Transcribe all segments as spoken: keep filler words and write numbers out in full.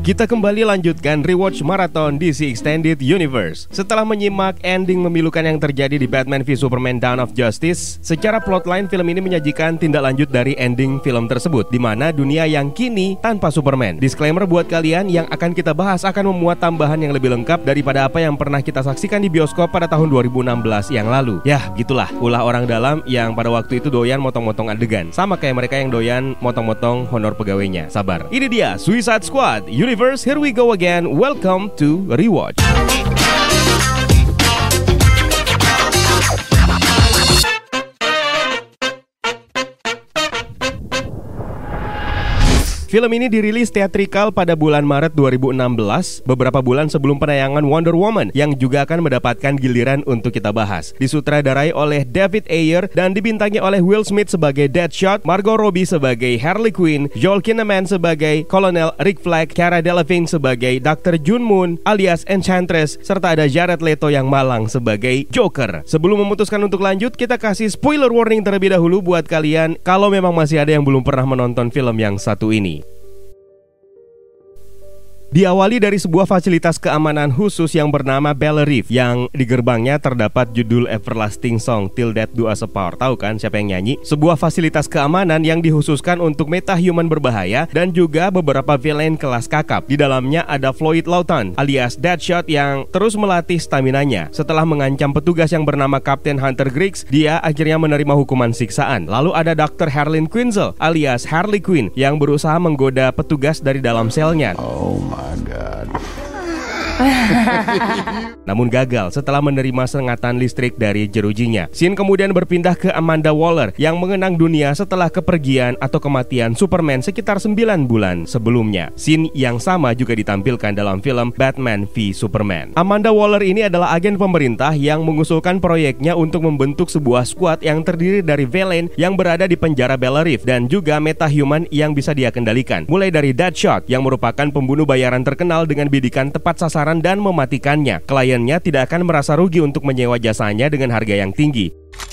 Kita kembali lanjutkan rewatch marathon D C Extended Universe. Setelah menyimak ending memilukan yang terjadi di Batman v Superman Dawn of Justice, secara plotline film ini menyajikan tindak lanjut dari ending film tersebut, di mana dunia yang kini tanpa Superman. Disclaimer buat kalian, yang akan kita bahas akan memuat tambahan yang lebih lengkap daripada apa yang pernah kita saksikan di bioskop pada tahun dua ribu enam belas yang lalu. Yah, gitulah ulah orang dalam yang pada waktu itu doyan motong-motong adegan, sama kayak mereka yang doyan motong-motong honor pegawainya. Sabar. Ini dia Suicide Squad Universe. Here we go again. Welcome to Rewatch. Film ini dirilis teatrikal pada bulan Maret dua ribu enam belas, beberapa bulan sebelum penayangan Wonder Woman, yang juga akan mendapatkan giliran untuk kita bahas. Disutradarai oleh David Ayer dan dibintangi oleh Will Smith sebagai Deadshot, Margot Robbie sebagai Harley Quinn, Joel Kinnaman sebagai Colonel Rick Flag, Cara Delevingne sebagai dokter June Moon alias Enchantress, serta ada Jared Leto yang malang sebagai Joker. Sebelum memutuskan untuk lanjut, kita kasih spoiler warning terlebih dahulu buat kalian kalau memang masih ada yang belum pernah menonton film yang satu ini. Diawali dari sebuah fasilitas keamanan khusus yang bernama Bel Reef, yang di gerbangnya terdapat judul Everlasting Song Till Death Do Us Apart. Tahu kan siapa yang nyanyi? Sebuah fasilitas keamanan yang dikhususkan untuk metahuman berbahaya dan juga beberapa villain kelas kakap. Di dalamnya ada Floyd Lawton alias Deadshot yang terus melatih staminanya. Setelah mengancam petugas yang bernama Kapten Hunter Griggs, dia akhirnya menerima hukuman siksaan. Lalu ada dokter Harleen Quinzel alias Harley Quinn yang berusaha menggoda petugas dari dalam selnya. Oh my God. Namun gagal setelah menerima sengatan listrik dari jerujinya. Scene kemudian berpindah ke Amanda Waller yang mengenang dunia setelah kepergian atau kematian Superman sekitar sembilan bulan sebelumnya. Scene yang sama juga ditampilkan dalam film Batman v Superman. Amanda Waller ini adalah agen pemerintah yang mengusulkan proyeknya untuk membentuk sebuah squad yang terdiri dari villain yang berada di penjara Bel Reef dan juga metahuman yang bisa dia kendalikan. Mulai dari Deadshot yang merupakan pembunuh bayaran terkenal dengan bidikan tepat sasaran dan mematikannya. Kliennya tidak akan merasa rugi untuk menyewa jasanya dengan harga yang tinggi.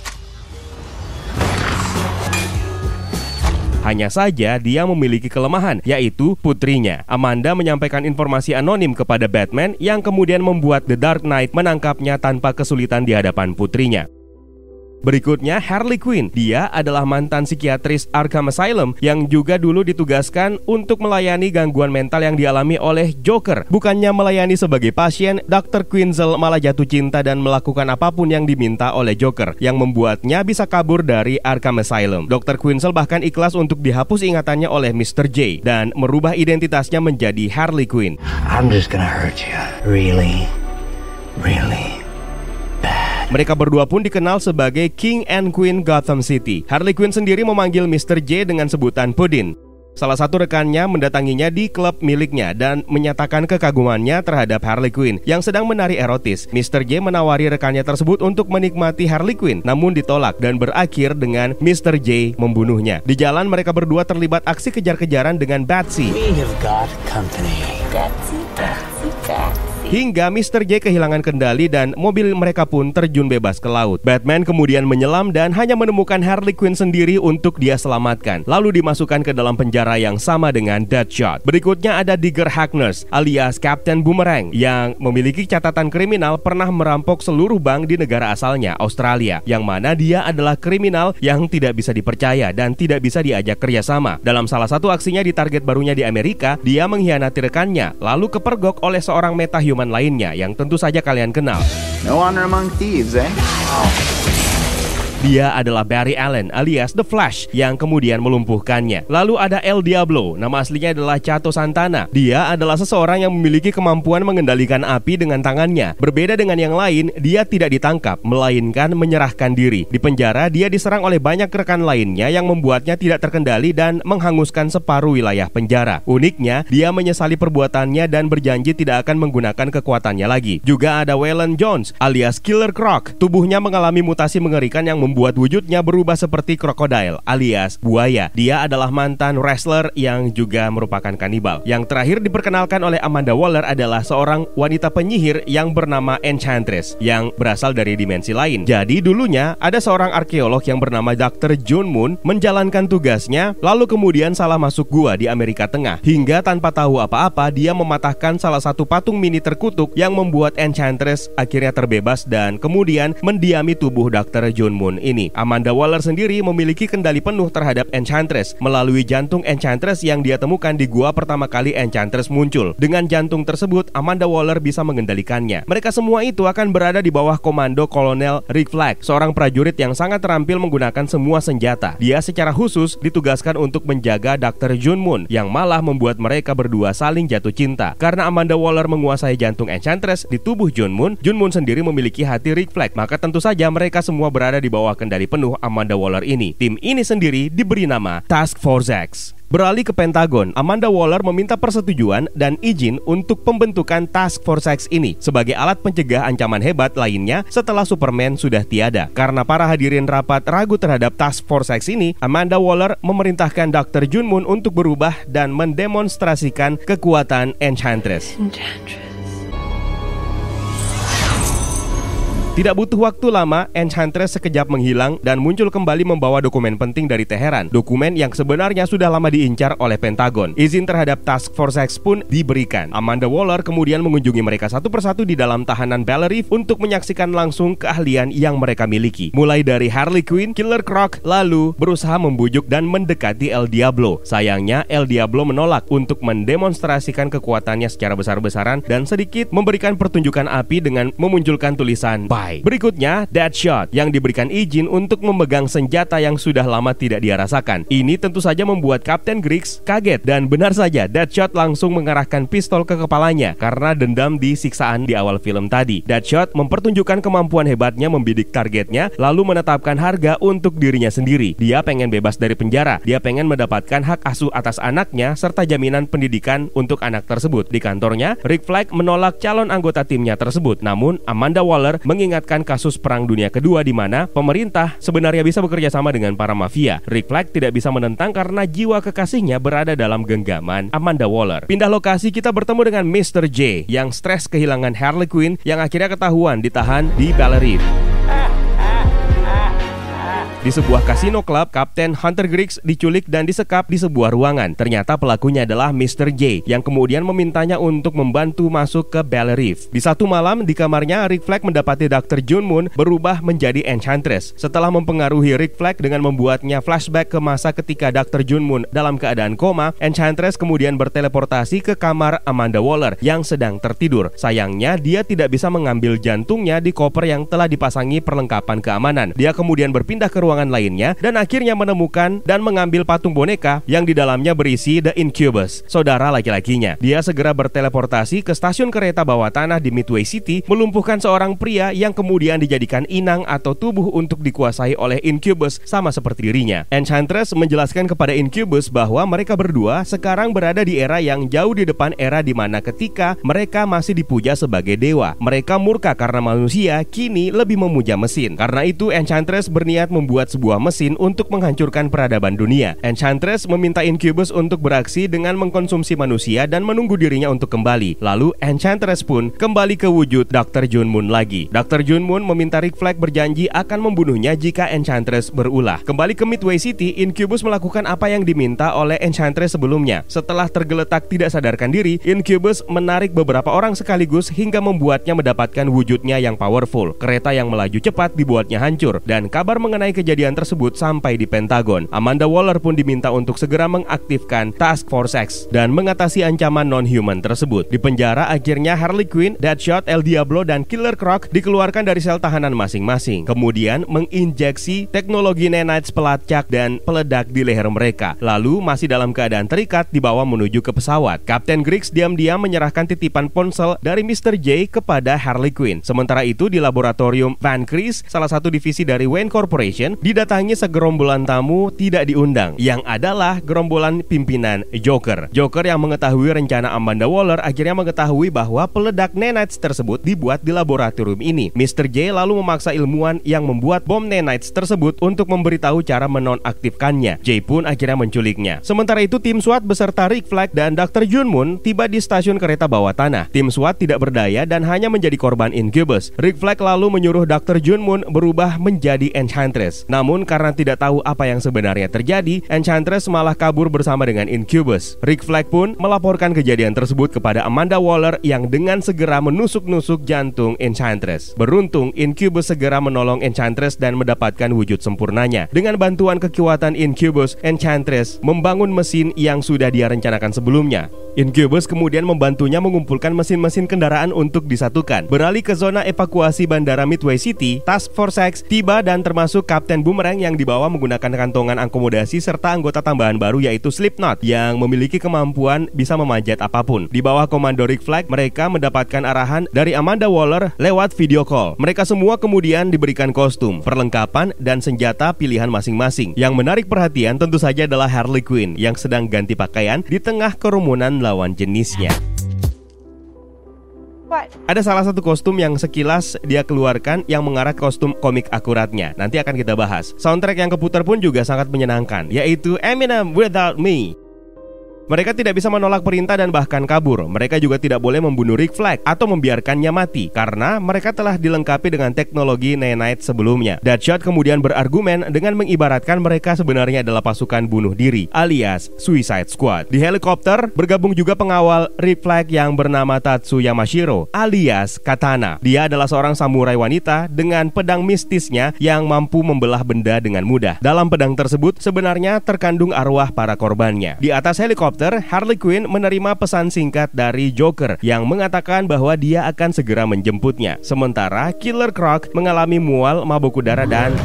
Hanya saja dia memiliki kelemahan, yaitu putrinya. Amanda menyampaikan informasi anonim kepada Batman yang kemudian membuat The Dark Knight menangkapnya tanpa kesulitan di hadapan putrinya. Berikutnya Harley Quinn. Dia adalah mantan psikiatris Arkham Asylum yang juga dulu ditugaskan untuk melayani gangguan mental yang dialami oleh Joker. Bukannya melayani sebagai pasien, dokter Quinzel malah jatuh cinta dan melakukan apapun yang diminta oleh Joker, yang membuatnya bisa kabur dari Arkham Asylum. dokter Quinzel bahkan ikhlas untuk dihapus ingatannya oleh mister J dan merubah identitasnya menjadi Harley Quinn. I'm just gonna hurt you. Really, really. Mereka berdua pun dikenal sebagai King and Queen Gotham City. Harley Quinn sendiri memanggil mister J dengan sebutan Puddin. Salah satu rekannya mendatanginya di klub miliknya dan menyatakan kekagumannya terhadap Harley Quinn yang sedang menari erotis. mister J menawari rekannya tersebut untuk menikmati Harley Quinn, namun ditolak dan berakhir dengan mister J membunuhnya. Di jalan mereka berdua terlibat aksi kejar-kejaran dengan Batsy. We have got company. Batsy, Batsy, Batsy. Hingga mister J kehilangan kendali dan mobil mereka pun terjun bebas ke laut. Batman kemudian menyelam dan hanya menemukan Harley Quinn sendiri untuk dia selamatkan, lalu dimasukkan ke dalam penjara yang sama dengan Deadshot. Berikutnya ada Digger Harkness alias Captain Boomerang yang memiliki catatan kriminal pernah merampok seluruh bank di negara asalnya, Australia, yang mana dia adalah kriminal yang tidak bisa dipercaya dan tidak bisa diajak kerjasama. Dalam salah satu aksinya di target barunya di Amerika, dia mengkhianati rekannya, lalu kepergok oleh seorang metahuman lainnya yang tentu saja kalian kenal. No honor among thieves, eh? Dia adalah Barry Allen alias The Flash yang kemudian melumpuhkannya. Lalu ada El Diablo, nama aslinya adalah Chato Santana. Dia adalah seseorang yang memiliki kemampuan mengendalikan api dengan tangannya. Berbeda dengan yang lain, dia tidak ditangkap, melainkan menyerahkan diri. Di penjara, dia diserang oleh banyak rekan lainnya yang membuatnya tidak terkendali dan menghanguskan separuh wilayah penjara. Uniknya, dia menyesali perbuatannya dan berjanji tidak akan menggunakan kekuatannya lagi. Juga ada Waylon Jones alias Killer Croc. Tubuhnya mengalami mutasi mengerikan yang membuat membuat wujudnya berubah seperti krokodil alias buaya. Dia adalah mantan wrestler yang juga merupakan kanibal. Yang terakhir diperkenalkan oleh Amanda Waller adalah seorang wanita penyihir yang bernama Enchantress yang berasal dari dimensi lain. Jadi dulunya ada seorang arkeolog yang bernama dokter Jun Moon menjalankan tugasnya, lalu kemudian salah masuk gua di Amerika Tengah. Hingga tanpa tahu apa-apa dia mematahkan salah satu patung mini terkutuk yang membuat Enchantress akhirnya terbebas dan kemudian mendiami tubuh dokter Jun Moon ini. Amanda Waller sendiri memiliki kendali penuh terhadap Enchantress melalui jantung Enchantress yang dia temukan di gua pertama kali Enchantress muncul. Dengan jantung tersebut, Amanda Waller bisa mengendalikannya. Mereka semua itu akan berada di bawah komando Kolonel Rick Flag, seorang prajurit yang sangat terampil menggunakan semua senjata. Dia secara khusus ditugaskan untuk menjaga dokter Jun Moon yang malah membuat mereka berdua saling jatuh cinta. Karena Amanda Waller menguasai jantung Enchantress di tubuh Jun Moon, Jun Moon sendiri memiliki hati Rick Flag. Maka tentu saja mereka semua berada di bawah kendali penuh Amanda Waller ini. Tim ini sendiri diberi nama Task Force X. Beralih ke Pentagon, Amanda Waller meminta persetujuan dan izin untuk pembentukan Task Force X ini sebagai alat pencegah ancaman hebat lainnya setelah Superman sudah tiada. Karena para hadirin rapat ragu terhadap Task Force X ini, Amanda Waller memerintahkan dokter Jun Moon untuk berubah dan mendemonstrasikan kekuatan Enchantress. Enchantress. Tidak butuh waktu lama, Enchantress sekejap menghilang dan muncul kembali membawa dokumen penting dari Teheran. Dokumen yang sebenarnya sudah lama diincar oleh Pentagon. Izin terhadap Task Force X pun diberikan. Amanda Waller kemudian mengunjungi mereka satu persatu di dalam tahanan Bel Reef untuk menyaksikan langsung keahlian yang mereka miliki. Mulai dari Harley Quinn, Killer Croc, lalu berusaha membujuk dan mendekati El Diablo. Sayangnya, El Diablo menolak untuk mendemonstrasikan kekuatannya secara besar-besaran dan sedikit memberikan pertunjukan api dengan memunculkan tulisan Bye. Berikutnya, Deadshot yang diberikan izin untuk memegang senjata yang sudah lama tidak dia rasakan. Ini tentu saja membuat Kapten Griggs kaget dan benar saja Deadshot langsung mengarahkan pistol ke kepalanya karena dendam di siksaan di awal film tadi. Deadshot mempertunjukkan kemampuan hebatnya membidik targetnya lalu menetapkan harga untuk dirinya sendiri. Dia pengen bebas dari penjara. Dia pengen mendapatkan hak asuh atas anaknya serta jaminan pendidikan untuk anak tersebut. Di kantornya, Rick Flag menolak calon anggota timnya tersebut. Namun, Amanda Waller mengingat mengingatkan kasus Perang Dunia Kedua di mana pemerintah sebenarnya bisa bekerja sama dengan para mafia. Rick Flag tidak bisa menentang karena jiwa kekasihnya berada dalam genggaman Amanda Waller. Pindah lokasi, kita bertemu dengan mister J yang stres kehilangan Harley Quinn yang akhirnya ketahuan ditahan di Bel Reef. Di sebuah kasino klub, Kapten Hunter Griggs diculik dan disekap di sebuah ruangan. Ternyata pelakunya adalah mister J yang kemudian memintanya untuk membantu masuk ke Bel Reef. Di satu malam di kamarnya, Rick Flag mendapati dokter Jun Moon berubah menjadi Enchantress. Setelah mempengaruhi Rick Flag dengan membuatnya flashback ke masa ketika dokter Jun Moon dalam keadaan koma, Enchantress kemudian berteleportasi ke kamar Amanda Waller yang sedang tertidur. Sayangnya dia tidak bisa mengambil jantungnya di koper yang telah dipasangi perlengkapan keamanan. Dia kemudian berpindah ke ruangan lainnya dan akhirnya menemukan dan mengambil patung boneka yang di dalamnya berisi The Incubus, saudara laki-lakinya. Dia segera berteleportasi ke stasiun kereta bawah tanah di Midway City, melumpuhkan seorang pria yang kemudian dijadikan inang atau tubuh untuk dikuasai oleh Incubus sama seperti dirinya. Enchantress menjelaskan kepada Incubus bahwa mereka berdua sekarang berada di era yang jauh di depan era di mana ketika mereka masih dipuja sebagai dewa. Mereka murka karena manusia kini lebih memuja mesin. Karena itu Enchantress berniat membuat sebuah mesin untuk menghancurkan peradaban dunia. Enchantress meminta Incubus untuk beraksi dengan mengkonsumsi manusia dan menunggu dirinya untuk kembali. Lalu Enchantress pun kembali ke wujud dokter Jun Moon lagi. dokter Jun Moon meminta Rick Flag berjanji akan membunuhnya jika Enchantress berulah. Kembali ke Midway City, Incubus melakukan apa yang diminta oleh Enchantress sebelumnya. Setelah tergeletak tidak sadarkan diri, Incubus menarik beberapa orang sekaligus hingga membuatnya mendapatkan wujudnya yang powerful. Kereta yang melaju cepat dibuatnya hancur dan kabar mengenai kejadian tersebut sampai di Pentagon. Amanda Waller pun diminta untuk segera mengaktifkan Task Force X dan mengatasi ancaman non-human tersebut. Di penjara, akhirnya Harley Quinn, Deadshot, El Diablo, dan Killer Croc dikeluarkan dari sel tahanan masing-masing. Kemudian menginjeksi teknologi nanites pelacak dan peledak di leher mereka. Lalu masih dalam keadaan terikat dibawa menuju ke pesawat. Kapten Griggs diam-diam menyerahkan titipan ponsel dari mister J kepada Harley Quinn. Sementara itu di laboratorium Van Crees, salah satu divisi dari Wayne Corporation, pun didatangi segerombolan tamu tidak diundang, yang adalah gerombolan pimpinan Joker. Joker yang mengetahui rencana Amanda Waller akhirnya mengetahui bahwa peledak nanites tersebut dibuat di laboratorium ini. mister J lalu memaksa ilmuwan yang membuat bom nanites tersebut untuk memberitahu cara menonaktifkannya. J pun akhirnya menculiknya. Sementara itu tim SWAT beserta Rick Flag dan dokter Junmoon tiba di stasiun kereta bawah tanah. Tim SWAT tidak berdaya dan hanya menjadi korban Incubus. Rick Flag lalu menyuruh dokter Junmoon berubah menjadi Enchantress. Namun karena tidak tahu apa yang sebenarnya terjadi, Enchantress malah kabur bersama dengan Incubus. Rick Flag pun melaporkan kejadian tersebut kepada Amanda Waller yang dengan segera menusuk-nusuk jantung Enchantress. Beruntung Incubus segera menolong Enchantress dan mendapatkan wujud sempurnanya. Dengan bantuan kekuatan Incubus, Enchantress membangun mesin yang sudah dia rencanakan sebelumnya. Incubus kemudian membantunya mengumpulkan mesin-mesin kendaraan untuk disatukan. Beralih ke zona evakuasi bandara Midway City, Task Force X tiba dan termasuk Kapten Boomerang yang dibawa menggunakan kantongan akomodasi serta anggota tambahan baru yaitu Slipknot yang memiliki kemampuan bisa memanjat apapun. Di bawah komando Rick Flag, mereka mendapatkan arahan dari Amanda Waller lewat video call. Mereka semua kemudian diberikan kostum, perlengkapan, dan senjata pilihan masing-masing. Yang menarik perhatian tentu saja adalah Harley Quinn yang sedang ganti pakaian di tengah kerumunan lawan jenisnya. What? Ada salah satu kostum yang sekilas dia keluarkan yang mengarah ke kostum komik akuratnya. Nanti akan kita bahas. Soundtrack yang keputar pun juga sangat menyenangkan, yaitu Eminem Without Me. Mereka tidak bisa menolak perintah dan bahkan kabur. Mereka juga tidak boleh membunuh Rick Flag atau membiarkannya mati karena mereka telah dilengkapi dengan teknologi nanite sebelumnya. Deadshot kemudian berargumen dengan mengibaratkan mereka sebenarnya adalah pasukan bunuh diri alias Suicide Squad. Di helikopter bergabung juga pengawal Rick Flag yang bernama Tatsu Yamashiro alias Katana. Dia adalah seorang samurai wanita dengan pedang mistisnya yang mampu membelah benda dengan mudah. Dalam pedang tersebut sebenarnya terkandung arwah para korbannya. Di atas helikopter, Harley Quinn menerima pesan singkat dari Joker yang mengatakan bahwa dia akan segera menjemputnya. Sementara Killer Croc mengalami mual, mabuk udara, dan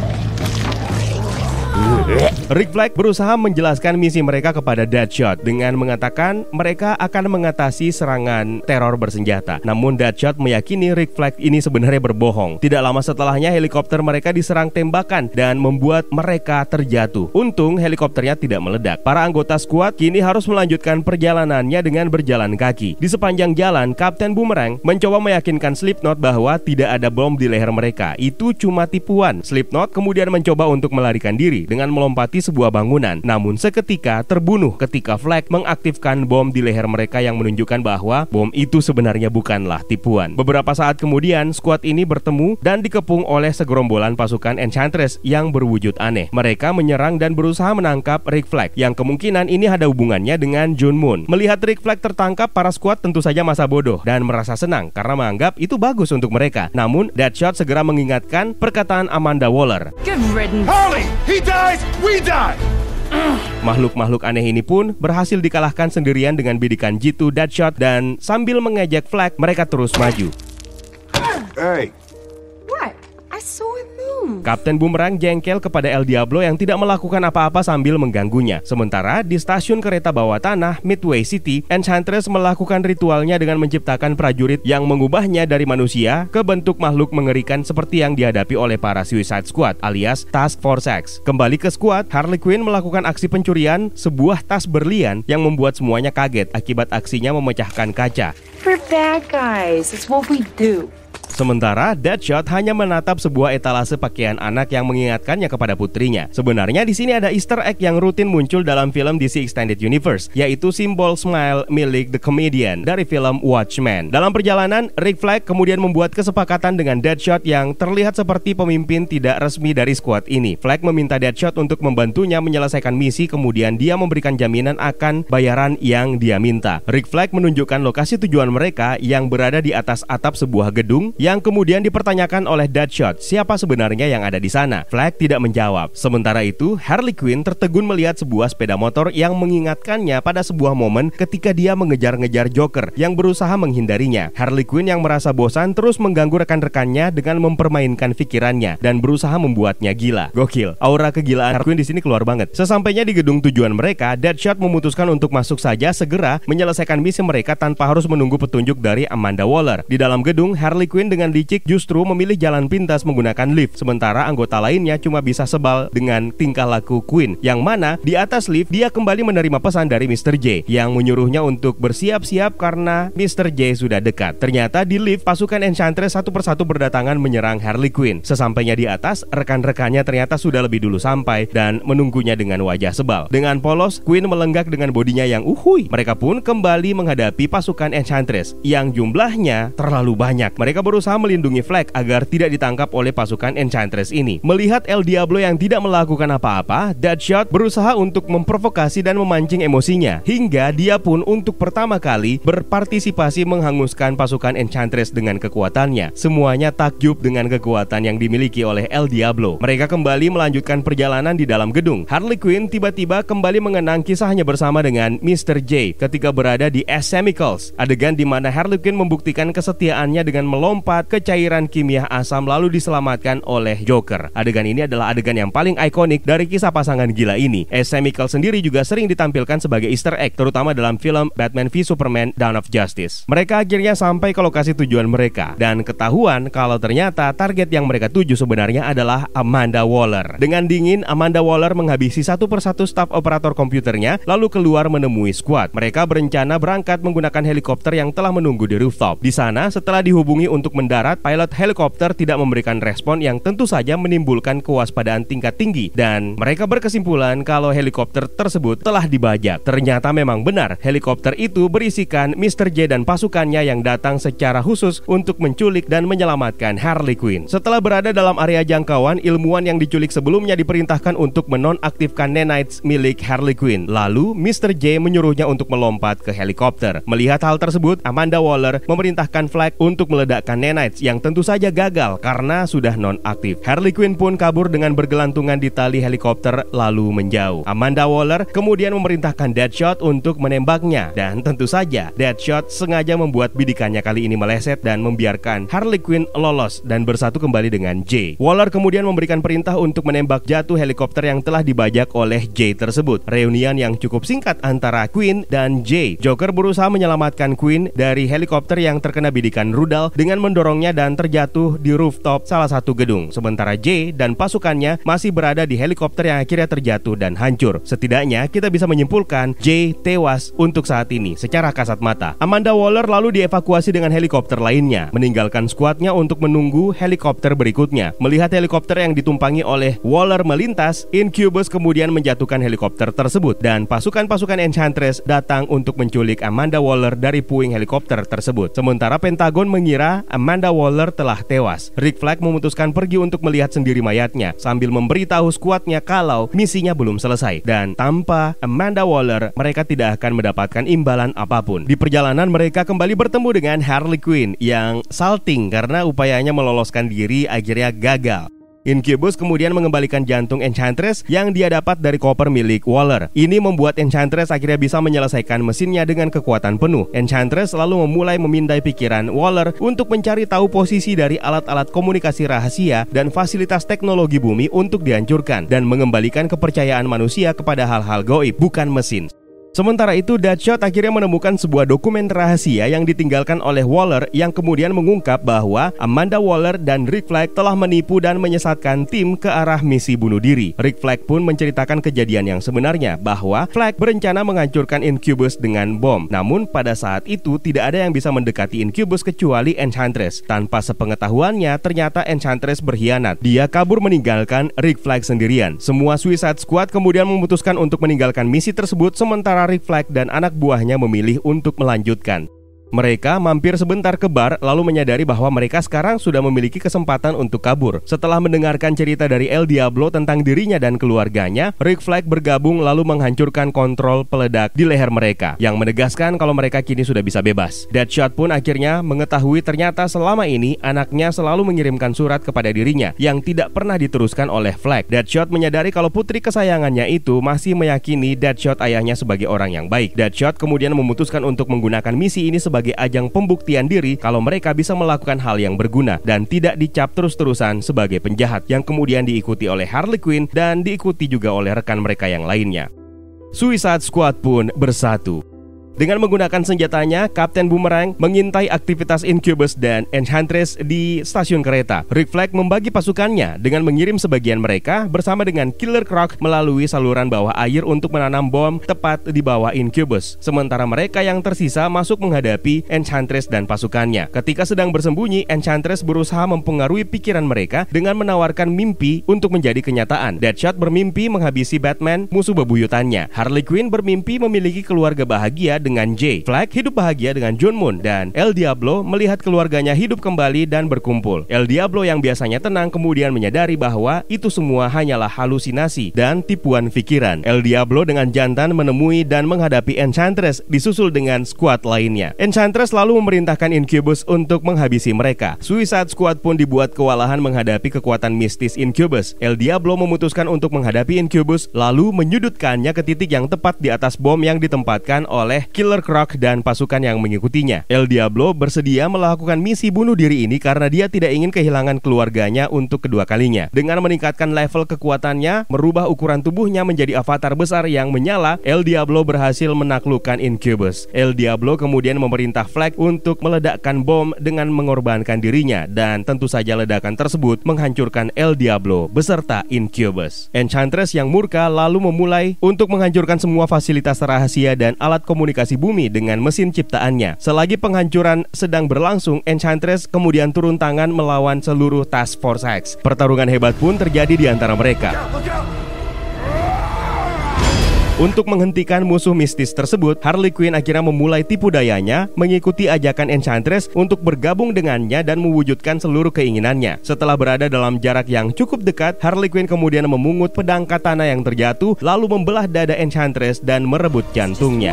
Rick Flag berusaha menjelaskan misi mereka kepada Deadshot dengan mengatakan mereka akan mengatasi serangan teror bersenjata. Namun Deadshot meyakini Rick Flag ini sebenarnya berbohong. Tidak lama setelahnya helikopter mereka diserang tembakan dan membuat mereka terjatuh. Untung helikopternya tidak meledak. Para anggota skuad kini harus melanjutkan perjalanannya dengan berjalan kaki. Di sepanjang jalan, Kapten Boomerang mencoba meyakinkan Slipknot bahwa tidak ada bom di leher mereka. Itu cuma tipuan. Slipknot kemudian mencoba untuk melarikan diri dengan melompati sebuah bangunan, namun seketika terbunuh ketika Flag mengaktifkan bom di leher mereka yang menunjukkan bahwa bom itu sebenarnya bukanlah tipuan. Beberapa saat kemudian, skuad ini bertemu dan dikepung oleh segerombolan pasukan Enchantress yang berwujud aneh. Mereka menyerang dan berusaha menangkap Rick Flag, yang kemungkinan ini ada hubungannya dengan Junmoon. Melihat Rick Flag tertangkap, para skuad tentu saja masa bodoh dan merasa senang karena menganggap itu bagus untuk mereka. Namun, Deadshot segera mengingatkan perkataan Amanda Waller. Good riddance. Harley, he dies, we die! Makhluk-makhluk aneh ini pun berhasil dikalahkan sendirian dengan bidikan jitu Deadshot dan sambil mengejek Flag, mereka terus maju. Hey! What? I saw him move. Kapten Boomerang jengkel kepada El Diablo yang tidak melakukan apa-apa sambil mengganggunya. Sementara di stasiun kereta bawah tanah Midway City, Enchantress melakukan ritualnya dengan menciptakan prajurit yang mengubahnya dari manusia ke bentuk makhluk mengerikan seperti yang dihadapi oleh para Suicide Squad alias Task Force X. Kembali ke skuad, Harley Quinn melakukan aksi pencurian sebuah tas berlian yang membuat semuanya kaget akibat aksinya memecahkan kaca. We're bad guys. It's what we do. Sementara Deadshot hanya menatap sebuah etalase pakaian anak yang mengingatkannya kepada putrinya. Sebenarnya di sini ada Easter egg yang rutin muncul dalam film D C Extended Universe, yaitu simbol smile milik The Comedian dari film Watchmen. Dalam perjalanan, Rick Flag kemudian membuat kesepakatan dengan Deadshot yang terlihat seperti pemimpin tidak resmi dari skuad ini. Flag meminta Deadshot untuk membantunya menyelesaikan misi, kemudian dia memberikan jaminan akan bayaran yang dia minta. Rick Flag menunjukkan lokasi tujuan mereka yang berada di atas atap sebuah gedung yang kemudian dipertanyakan oleh Deadshot siapa sebenarnya yang ada di sana. Flag tidak menjawab. Sementara itu, Harley Quinn tertegun melihat sebuah sepeda motor yang mengingatkannya pada sebuah momen ketika dia mengejar-ngejar Joker yang berusaha menghindarinya. Harley Quinn yang merasa bosan terus mengganggu rekan-rekannya dengan mempermainkan pikirannya dan berusaha membuatnya gila. Gokil, aura kegilaan Harley Quinn di sini keluar banget. Sesampainya di gedung tujuan mereka, Deadshot memutuskan untuk masuk saja segera menyelesaikan misi mereka tanpa harus menunggu petunjuk dari Amanda Waller. Di dalam gedung, Harley Quinn Quinn dengan licik justru memilih jalan pintas menggunakan lift, sementara anggota lainnya cuma bisa sebal dengan tingkah laku Quinn, yang mana di atas lift dia kembali menerima pesan dari mister J yang menyuruhnya untuk bersiap-siap karena mister J sudah dekat. Ternyata di lift pasukan Enchantress satu persatu berdatangan menyerang Harley Quinn. Sesampainya di atas, rekan-rekannya ternyata sudah lebih dulu sampai dan menunggunya dengan wajah sebal. Dengan polos, Quinn melenggak dengan bodinya yang uhuy. Mereka pun kembali menghadapi pasukan Enchantress yang jumlahnya terlalu banyak. Mereka berusaha melindungi Flag agar tidak ditangkap oleh pasukan Enchantress ini. Melihat El Diablo yang tidak melakukan apa-apa, Deadshot berusaha untuk memprovokasi dan memancing emosinya, hingga dia pun untuk pertama kali berpartisipasi menghanguskan pasukan Enchantress dengan kekuatannya. Semuanya takjub dengan kekuatan yang dimiliki oleh El Diablo. Mereka kembali melanjutkan perjalanan di dalam gedung. Harley Quinn tiba-tiba kembali mengenang kisahnya bersama dengan mister J ketika berada di S Chemicals. Adegan di mana Harley Quinn membuktikan kesetiaannya dengan melompat ke cairan kimia asam lalu diselamatkan oleh Joker. Adegan ini adalah adegan yang paling ikonik dari kisah pasangan gila ini. S Chemicals sendiri juga sering ditampilkan sebagai easter egg, terutama dalam film Batman v Superman Dawn of Justice. Mereka akhirnya sampai ke lokasi tujuan mereka dan ketahuan kalau ternyata target yang mereka tuju sebenarnya adalah Amanda Waller. Dengan dingin, Amanda Waller menghabisi satu persatu staf operator komputernya lalu keluar menemui squad. Mereka berencana berangkat menggunakan helikopter yang telah menunggu di rooftop. Di sana, setelah dihubungi untuk mendarat, pilot helikopter tidak memberikan respon yang tentu saja menimbulkan kewaspadaan tingkat tinggi dan mereka berkesimpulan kalau helikopter tersebut telah dibajak. Ternyata memang benar, helikopter itu berisikan mister J dan pasukannya yang datang secara khusus untuk menculik dan menyelamatkan Harley Quinn. Setelah berada dalam area jangkauan, ilmuwan yang diculik sebelumnya diperintahkan untuk menonaktifkan nanites milik Harley Quinn. Lalu mister J menyuruhnya untuk melompat ke helikopter. Melihat hal tersebut, Amanda Waller memerintahkan Flag untuk meledakkan nanites yang tentu saja gagal karena sudah non-aktif. Harley Quinn pun kabur dengan bergelantungan di tali helikopter lalu menjauh. Amanda Waller kemudian memerintahkan Deadshot untuk menembaknya dan tentu saja Deadshot sengaja membuat bidikannya kali ini meleset dan membiarkan Harley Quinn lolos dan bersatu kembali dengan J. Waller kemudian memberikan perintah untuk menembak jatuh helikopter yang telah dibajak oleh J tersebut. Reunian yang cukup singkat antara Quinn dan J. Joker berusaha menyelamatkan Quinn dari helikopter yang terkena bidikan rudal dengan mendorongnya dan terjatuh di rooftop salah satu gedung. Sementara J dan pasukannya masih berada di helikopter yang akhirnya terjatuh dan hancur. Setidaknya kita bisa menyimpulkan J tewas untuk saat ini secara kasat mata. Amanda Waller lalu dievakuasi dengan helikopter lainnya, meninggalkan skuadnya untuk menunggu helikopter berikutnya. Melihat helikopter yang ditumpangi oleh Waller melintas, Incubus kemudian menjatuhkan helikopter tersebut dan pasukan-pasukan Enchantress datang untuk menculik Amanda Waller dari puing helikopter tersebut. Sementara Pentagon mengira Amanda Waller telah tewas. Rick Flag memutuskan pergi untuk melihat sendiri mayatnya sambil memberitahu skuadnya kalau misinya belum selesai dan tanpa Amanda Waller mereka tidak akan mendapatkan imbalan apapun. Di perjalanan mereka kembali bertemu dengan Harley Quinn yang salting karena upayanya meloloskan diri akhirnya gagal. Incubus kemudian mengembalikan jantung Enchantress yang dia dapat dari koper milik Waller. Ini membuat Enchantress akhirnya bisa menyelesaikan mesinnya dengan kekuatan penuh. Enchantress lalu memulai memindai pikiran Waller untuk mencari tahu posisi dari alat-alat komunikasi rahasia dan fasilitas teknologi bumi untuk dihancurkan dan mengembalikan kepercayaan manusia kepada hal-hal gaib, bukan mesin. Sementara itu, Deadshot akhirnya menemukan sebuah dokumen rahasia yang ditinggalkan oleh Waller yang kemudian mengungkap bahwa Amanda Waller dan Rick Flag telah menipu dan menyesatkan tim ke arah misi bunuh diri. Rick Flag pun menceritakan kejadian yang sebenarnya bahwa Flag berencana menghancurkan Incubus dengan bom. Namun pada saat itu tidak ada yang bisa mendekati Incubus kecuali Enchantress. Tanpa sepengetahuannya, ternyata Enchantress berkhianat. Dia kabur meninggalkan Rick Flag sendirian. Semua Suicide Squad kemudian memutuskan untuk meninggalkan misi tersebut sementara Rick Flag dan anak buahnya memilih untuk melanjutkan. Mereka mampir sebentar ke bar lalu menyadari bahwa mereka sekarang sudah memiliki kesempatan untuk kabur. Setelah mendengarkan cerita dari El Diablo tentang dirinya dan keluarganya, Rick Flag bergabung lalu menghancurkan kontrol peledak di leher mereka, yang menegaskan kalau mereka kini sudah bisa bebas. Deadshot pun akhirnya mengetahui ternyata selama ini anaknya selalu mengirimkan surat kepada dirinya yang tidak pernah diteruskan oleh Flag. Deadshot menyadari kalau putri kesayangannya itu masih meyakini Deadshot ayahnya sebagai orang yang baik. Deadshot kemudian memutuskan untuk menggunakan misi ini sebagai sebagai ajang pembuktian diri kalau mereka bisa melakukan hal yang berguna dan tidak dicap terus-terusan sebagai penjahat, yang kemudian diikuti oleh Harley Quinn dan diikuti juga oleh rekan mereka yang lainnya. Suicide Squad pun bersatu. Dengan menggunakan senjatanya, Kapten Boomerang mengintai aktivitas Incubus dan Enchantress di stasiun kereta. Rick Flag membagi pasukannya dengan mengirim sebagian mereka bersama dengan Killer Croc melalui saluran bawah air untuk menanam bom tepat di bawah Incubus. Sementara mereka yang tersisa masuk menghadapi Enchantress dan pasukannya. Ketika sedang bersembunyi, Enchantress berusaha mempengaruhi pikiran mereka dengan menawarkan mimpi untuk menjadi kenyataan. Deadshot bermimpi menghabisi Batman, musuh bebuyutannya. Harley Quinn bermimpi memiliki keluarga bahagia dengan Jay. Flag hidup bahagia dengan John Moon, dan El Diablo melihat keluarganya hidup kembali dan berkumpul. El Diablo yang biasanya tenang kemudian menyadari bahwa itu semua hanyalah halusinasi dan tipuan pikiran. El Diablo dengan jantan menemui dan menghadapi Enchantress disusul dengan squad lainnya. Enchantress lalu memerintahkan Incubus untuk menghabisi mereka. Suicide Squad pun dibuat kewalahan menghadapi kekuatan mistis Incubus. El Diablo memutuskan untuk menghadapi Incubus lalu menyudutkannya ke titik yang tepat di atas bom yang ditempatkan oleh Killer Croc dan pasukan yang mengikutinya. El Diablo bersedia melakukan misi bunuh diri ini karena dia tidak ingin kehilangan keluarganya untuk kedua kalinya. Dengan meningkatkan level kekuatannya, merubah ukuran tubuhnya menjadi avatar besar yang menyala, El Diablo berhasil menaklukkan Incubus. El Diablo kemudian memerintah Flag untuk meledakkan bom dengan mengorbankan dirinya, dan tentu saja ledakan tersebut menghancurkan El Diablo beserta Incubus. Enchantress yang murka lalu memulai untuk menghancurkan semua fasilitas rahasia dan alat komunikasi bumi dengan mesin ciptaannya. Selagi penghancuran sedang berlangsung, Enchantress kemudian turun tangan melawan seluruh Task Force X. Pertarungan hebat pun terjadi di antara mereka. Untuk menghentikan musuh mistis tersebut, Harley Quinn akhirnya memulai tipu dayanya, mengikuti ajakan Enchantress untuk bergabung dengannya dan mewujudkan seluruh keinginannya. Setelah berada dalam jarak yang cukup dekat, Harley Quinn kemudian memungut pedang katana yang terjatuh, lalu membelah dada Enchantress dan merebut jantungnya.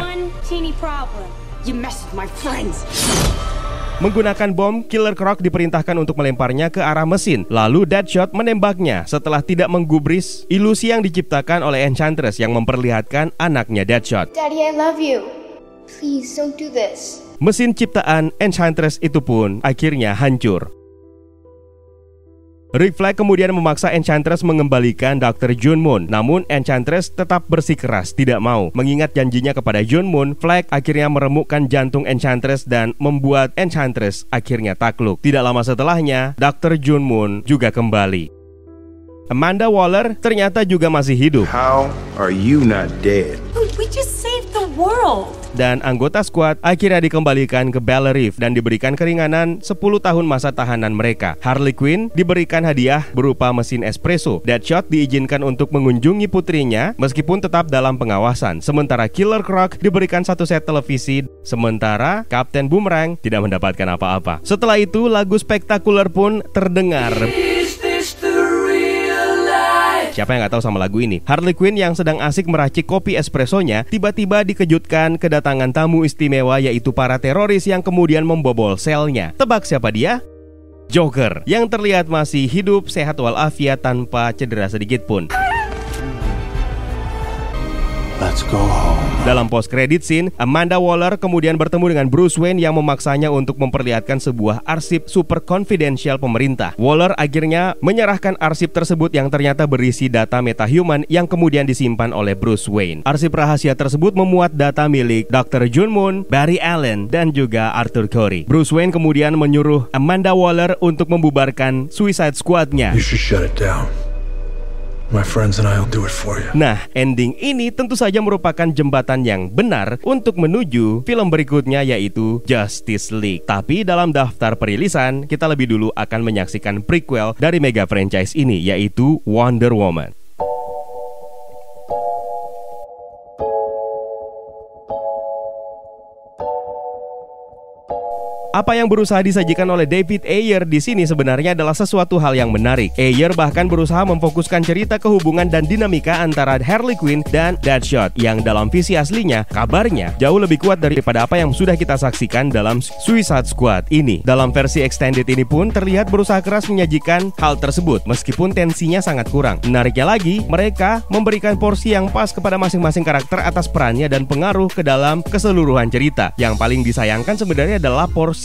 Menggunakan bom, Killer Croc diperintahkan untuk melemparnya ke arah mesin. Lalu Deadshot menembaknya setelah tidak menggubris ilusi yang diciptakan oleh Enchantress yang memperlihatkan anaknya Deadshot. Daddy, I love you. Please don't do this. Mesin ciptaan Enchantress itu pun akhirnya hancur. Rick Flag kemudian memaksa Enchantress mengembalikan dokter John Moon. Namun Enchantress tetap bersikeras tidak mau. Mengingat janjinya kepada John Moon, Flag akhirnya meremukkan jantung Enchantress dan membuat Enchantress akhirnya takluk. Tidak lama setelahnya, dokter John Moon juga kembali. Amanda Waller ternyata juga masih hidup. How are you not dead? We just saved the world. Dan anggota squad akhirnya dikembalikan ke Bel Reef dan diberikan keringanan sepuluh tahun masa tahanan mereka. Harley Quinn diberikan hadiah berupa mesin espresso. Deadshot diizinkan untuk mengunjungi putrinya meskipun tetap dalam pengawasan. Sementara Killer Croc diberikan satu set televisi. Sementara Kapten Boomerang tidak mendapatkan apa-apa. Setelah itu lagu spektakuler pun terdengar. Siapa yang gak tahu sama lagu ini? Harley Quinn yang sedang asik meracik kopi espressonya tiba-tiba dikejutkan kedatangan tamu istimewa, yaitu para teroris yang kemudian membobol selnya. Tebak siapa dia? Joker, yang terlihat masih hidup sehat walafiat tanpa cedera sedikit pun. Let's go home. Dalam post credit scene, Amanda Waller kemudian bertemu dengan Bruce Wayne yang memaksanya untuk memperlihatkan sebuah arsip super confidential pemerintah. Waller akhirnya menyerahkan arsip tersebut yang ternyata berisi data metahuman yang kemudian disimpan oleh Bruce Wayne. Arsip rahasia tersebut memuat data milik dokter John Moon, Barry Allen, dan juga Arthur Curry. Bruce Wayne kemudian menyuruh Amanda Waller untuk membubarkan Suicide Squad-nya. You should shut it down. My friends and I will do it for you. Nah, ending ini tentu saja merupakan jembatan yang benar untuk menuju film berikutnya, yaitu Justice League. Tapi dalam daftar perilisan, kita lebih dulu akan menyaksikan prequel dari mega franchise ini, yaitu Wonder Woman. Apa yang berusaha disajikan oleh David Ayer di sini sebenarnya adalah sesuatu hal yang menarik. Ayer bahkan berusaha memfokuskan cerita kehubungan dan dinamika antara Harley Quinn dan Deadshot yang dalam visi aslinya kabarnya jauh lebih kuat daripada apa yang sudah kita saksikan dalam Suicide Squad ini. Dalam versi extended ini pun terlihat berusaha keras menyajikan hal tersebut meskipun tensinya sangat kurang. Menariknya lagi, mereka memberikan porsi yang pas kepada masing-masing karakter atas perannya dan pengaruh ke dalam keseluruhan cerita. Yang paling disayangkan sebenarnya adalah porsi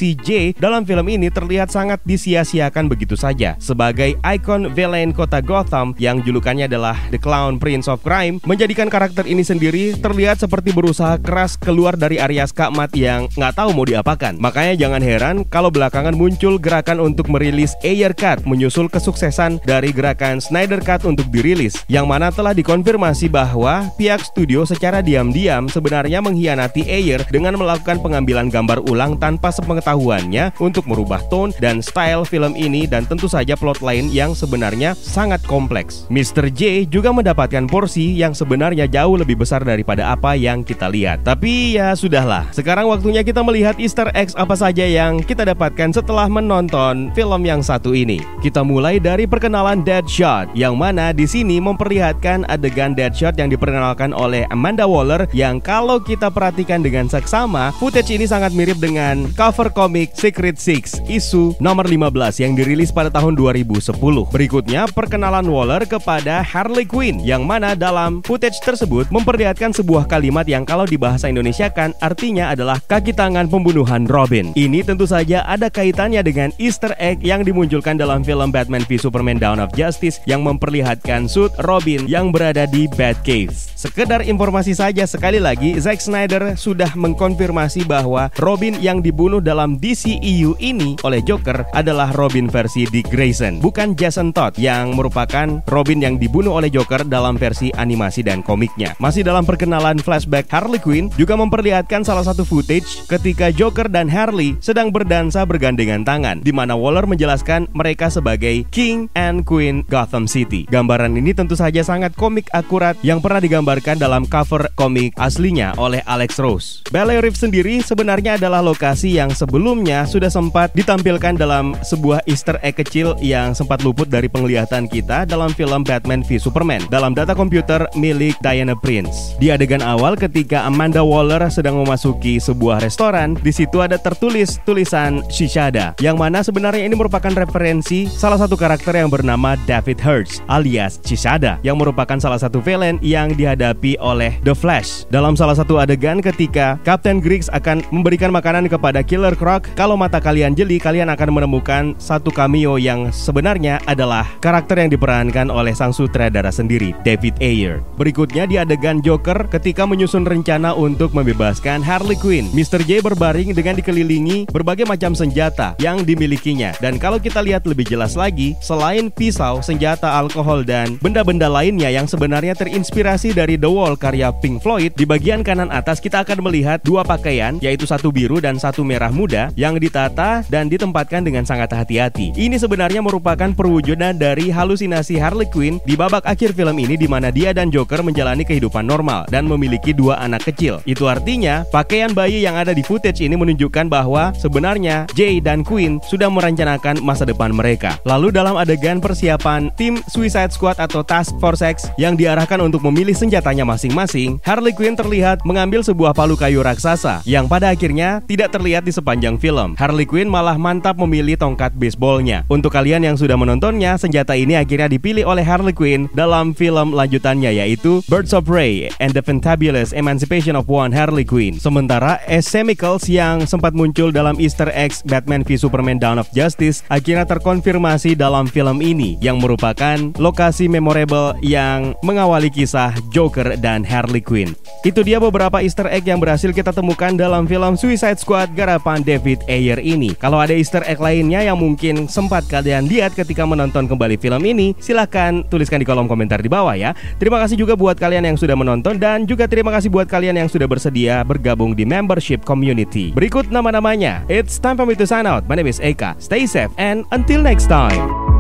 si J dalam film ini terlihat sangat disia-siakan begitu saja. Sebagai ikon villain kota Gotham yang julukannya adalah The Clown Prince of Crime, menjadikan karakter ini sendiri terlihat seperti berusaha keras keluar dari area skakmat yang nggak tahu mau diapakan. Makanya jangan heran kalau belakangan muncul gerakan untuk merilis Ayer Cut menyusul kesuksesan dari gerakan Snyder Cut untuk dirilis, yang mana telah dikonfirmasi bahwa pihak studio secara diam-diam sebenarnya mengkhianati Ayer dengan melakukan pengambilan gambar ulang tanpa sepengetahuannya untuk merubah tone dan style film ini, dan tentu saja plot lain yang sebenarnya sangat kompleks. mister J juga mendapatkan porsi yang sebenarnya jauh lebih besar daripada apa yang kita lihat. Tapi ya sudahlah, sekarang waktunya kita melihat Easter eggs apa saja yang kita dapatkan setelah menonton film yang satu ini. Kita mulai dari perkenalan Deadshot, yang mana di sini memperlihatkan adegan Deadshot yang diperkenalkan oleh Amanda Waller, yang kalau kita perhatikan dengan seksama, footage ini sangat mirip dengan cover komik Secret Six isu nomor lima belas yang dirilis pada tahun dua ribu sepuluh. Berikutnya perkenalan Waller kepada Harley Quinn, yang mana dalam footage tersebut memperlihatkan sebuah kalimat yang kalau dibahasa Indonesia kan artinya adalah kaki tangan pembunuhan Robin. Ini tentu saja ada kaitannya dengan Easter egg yang dimunculkan dalam film Batman v Superman Dawn of Justice yang memperlihatkan suit Robin yang berada di Batcave. Sekedar informasi saja, sekali lagi Zack Snyder sudah mengkonfirmasi bahwa Robin yang dibunuh dalam D C E U ini oleh Joker adalah Robin versi Dick Grayson, bukan Jason Todd yang merupakan Robin yang dibunuh oleh Joker dalam versi animasi dan komiknya. Masih dalam perkenalan flashback, Harley Quinn juga memperlihatkan salah satu footage ketika Joker dan Harley sedang berdansa bergandengan tangan, di mana Waller menjelaskan mereka sebagai King and Queen Gotham City. Gambaran ini tentu saja sangat komik akurat yang pernah digambarkan dalam cover komik aslinya oleh Alex Ross. Bel Air sendiri sebenarnya adalah lokasi yang sebelumnya sudah sempat ditampilkan dalam sebuah Easter egg kecil yang sempat luput dari penglihatan kita dalam film Batman v Superman dalam data komputer milik Diana Prince. Di adegan awal ketika Amanda Waller sedang memasuki sebuah restoran, di situ ada tertulis tulisan Shishada, yang mana sebenarnya ini merupakan referensi salah satu karakter yang bernama David Hurst alias Shishada, yang merupakan salah satu villain yang dihadapi oleh The Flash. Dalam salah satu adegan ketika Captain Griggs akan memberikan makanan kepada Killer Croc, kalau mata kalian jeli, kalian akan menemukan satu cameo yang sebenarnya adalah karakter yang diperankan oleh sang sutradara sendiri, David Ayer. Berikutnya di adegan Joker ketika menyusun rencana untuk membebaskan Harley Quinn, mister J berbaring dengan dikelilingi berbagai macam senjata yang dimilikinya. Dan kalau kita lihat lebih jelas lagi, selain pisau, senjata, alkohol, dan benda-benda lainnya yang sebenarnya terinspirasi dari The Wall karya Pink Floyd, di bagian kanan atas kita akan melihat dua pakaian, yaitu satu biru dan satu merah muda, yang ditata dan ditempatkan dengan sangat hati-hati. Ini sebenarnya merupakan perwujudan dari halusinasi Harley Quinn di babak akhir film ini, di mana dia dan Joker menjalani kehidupan normal dan memiliki dua anak kecil. Itu artinya pakaian bayi yang ada di footage ini menunjukkan bahwa sebenarnya Jay dan Quinn sudah merencanakan masa depan mereka. Lalu dalam adegan persiapan tim Suicide Squad atau Task Force X yang diarahkan untuk memilih senjatanya masing-masing, Harley Quinn terlihat mengambil sebuah palu kayu raksasa yang pada akhirnya tidak terlihat di sepanjang film. Harley Quinn malah mantap memilih tongkat baseballnya. Untuk kalian yang sudah menontonnya, senjata ini akhirnya dipilih oleh Harley Quinn dalam film lanjutannya, yaitu Birds of Prey and the Fantabulous Emancipation of One Harley Quinn. Sementara Ace Chemicals yang sempat muncul dalam Easter eggs Batman v Superman Dawn of Justice akhirnya terkonfirmasi dalam film ini, yang merupakan lokasi memorable yang mengawali kisah Joker dan Harley Quinn. Itu dia beberapa Easter egg yang berhasil kita temukan dalam film Suicide Squad garapan David Ayer ini. Kalau ada Easter egg lainnya yang mungkin sempat kalian lihat ketika menonton kembali film ini, silahkan tuliskan di kolom komentar di bawah ya. Terima kasih juga buat kalian yang sudah menonton, dan juga terima kasih buat kalian yang sudah bersedia bergabung di membership community. Berikut nama-namanya. It's time for me to sign out. My name is Eka. Stay safe and until next time.